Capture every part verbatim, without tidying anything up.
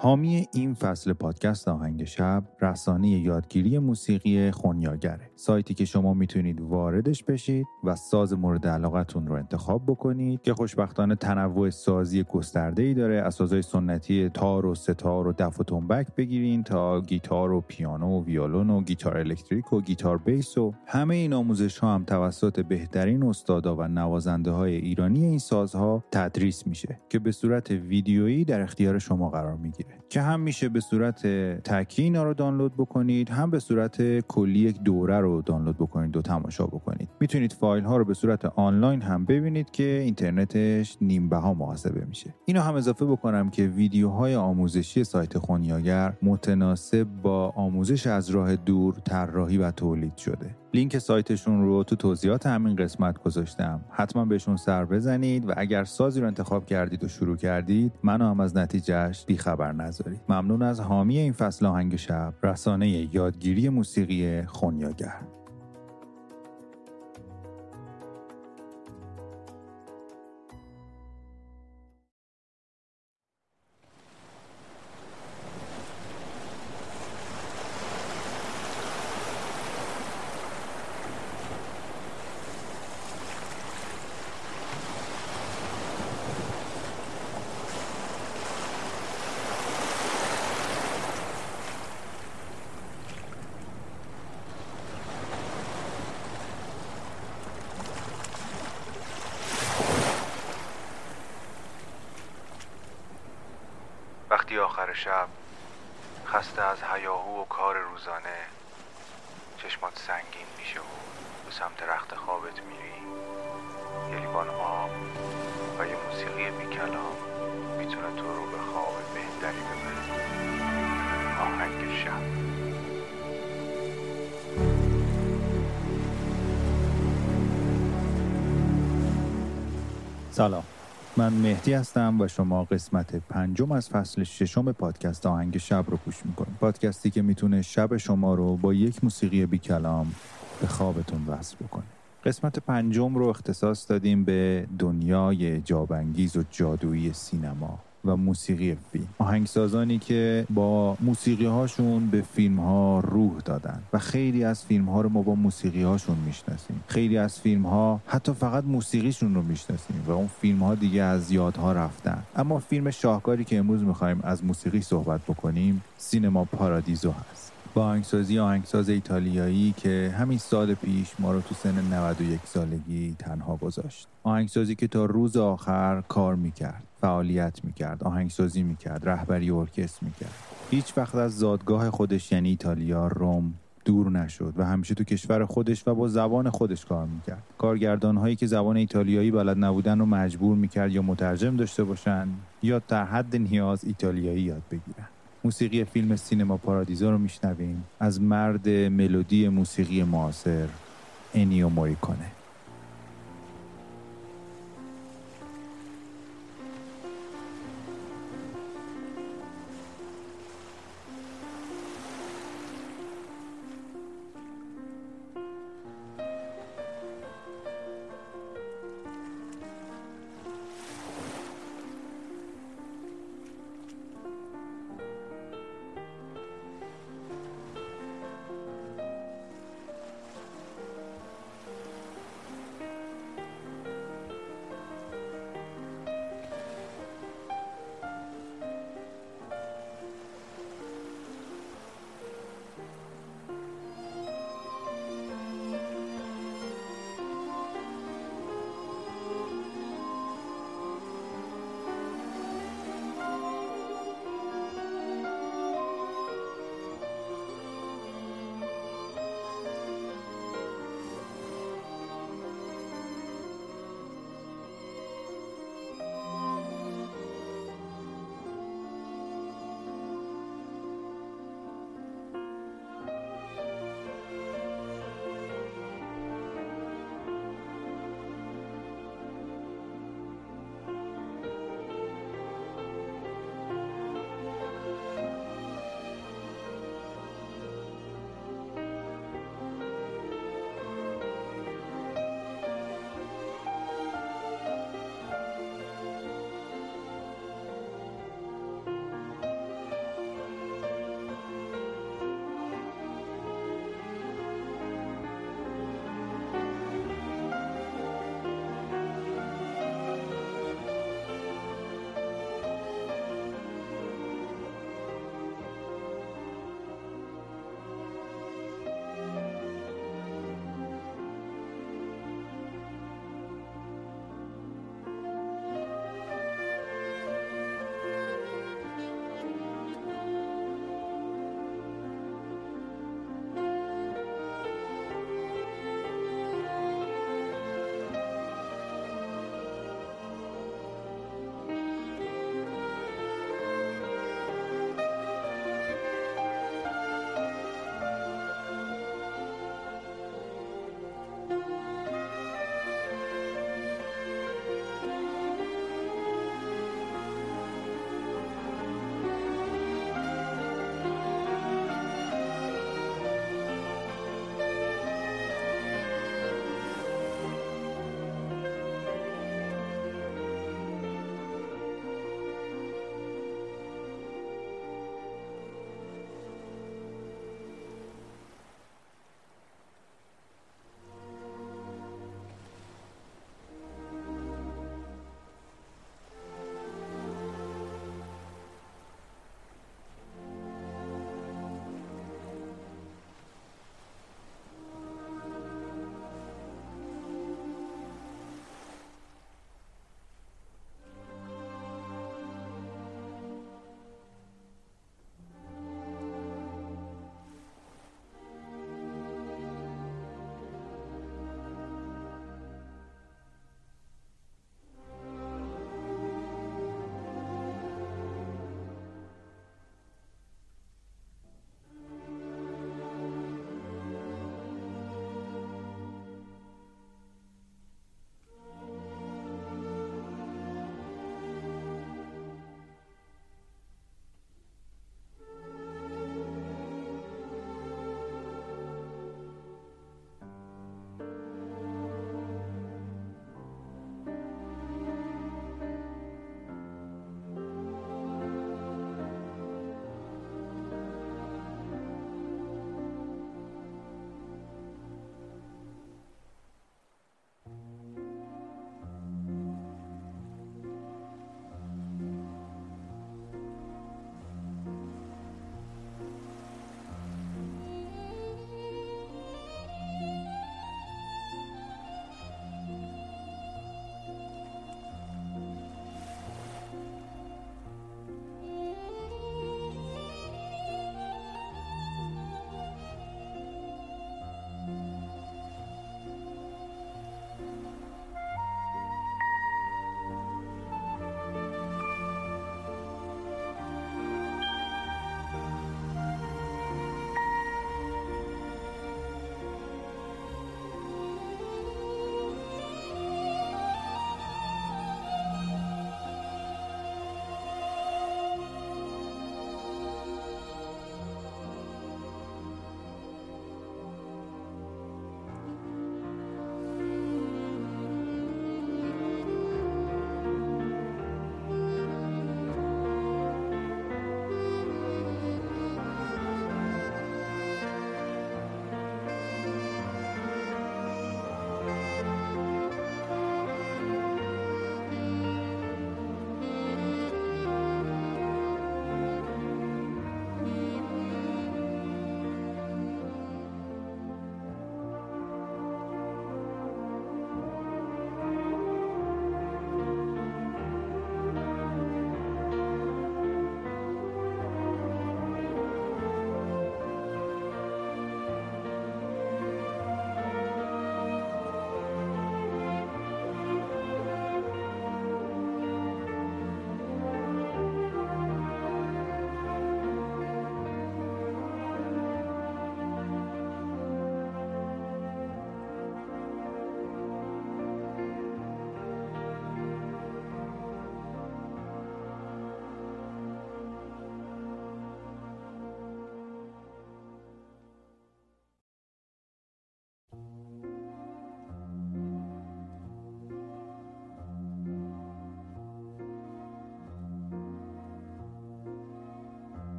حامی این فصل پادکست آهنگ شب رسانه یادگیری موسیقی خونیاگره، سایتی که شما میتونید واردش بشید و ساز مورد علاقتون رو انتخاب بکنید که خوشبختانه تنوع سازی گسترده‌ای داره، از سازهای سنتی تار و ستار و دف و تنبک بگیرین تا گیتار و پیانو و ویولون و گیتار الکتریک و گیتار بیس و همه این آموزش‌ها هم توسط بهترین استادا و نوازنده‌های ایرانی این سازها تدریس میشه که به صورت ویدیویی در اختیار شما قرار میگیره که هم میشه به صورت تکی اینا رو دانلود بکنید، هم به صورت کلی یک دوره رو دانلود بکنید و تماشا بکنید. میتونید فایل ها رو به صورت آنلاین هم ببینید که اینترنتش نیم بها محاسبه میشه. اینو هم اضافه بکنم که ویدیوهای آموزشی سایت خونیاگر متناسب با آموزش از راه دور طراحی و تولید شده. لینک سایتشون رو تو توضیحات همین قسمت گذاشتم. حتما بهشون سر بزنید و اگر سازی رو انتخاب کردید و شروع کردید، منو هم از نتیجهش بیخبر نذارید. ممنون از حامی این فصل آهنگ شب، رسانه یادگیری موسیقی خونیاگر. وقتی آخر شب خسته از هیاهو و کار روزانه چشمات سنگین میشه و به سمت رخت خوابت میری، یه لیوان آب و یه موسیقی بی کلام میتونه تو رو به خواب بهتری ببره. آهنگ شب. سلام، من مهدی هستم و شما قسمت پنجم از فصل ششم پادکست آهنگ شب رو گوش میکنید. پادکستی که میتونه شب شما رو با یک موسیقی بی کلام به خوابتون وصل بکنه. قسمت پنجم رو اختصاص دادیم به دنیای جاب‌انگیز و جادویی سینما و موسیقی فیلم. آهنگسازانی که با موسیقی هاشون به فیلم ها روح دادن و خیلی از فیلم ها رو ما با موسیقی هاشون میشناسیم. خیلی از فیلم ها حتی فقط موسیقیشون رو میشناسیم و اون فیلم ها دیگه از یادها رفتن. اما فیلم شاهکاری که امروز میخوایم از موسیقی صحبت بکنیم سینما پارادیزو هست، با آهنگسازی آهنگساز ایتالیایی که همین سال پیش ما رو تو سن نود و یک سالگی تنها گذاشت. آهنگسازی که تا روز آخر کار میکرد، فعالیت میکرد، آهنگسازی میکرد، رهبری ارکستر میکرد. هیچ وقت از زادگاه خودش یعنی ایتالیا، روم دور نشد و همیشه تو کشور خودش و با زبان خودش کار میکرد. کارگردان‌هایی که زبان ایتالیایی بلد نبودن رو مجبور میکرد یا مترجم داشته باشن یا در حد نیاز ایتالیایی یاد بگیرن. موسیقی فیلم سینما پارادیزو رو میشنویم از مرد ملودی موسیقی معاصر انیو موریکونه.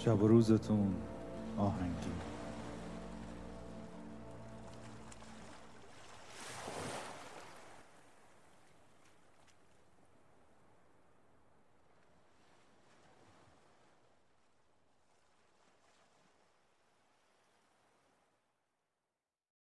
شب و روزتون آهنگین.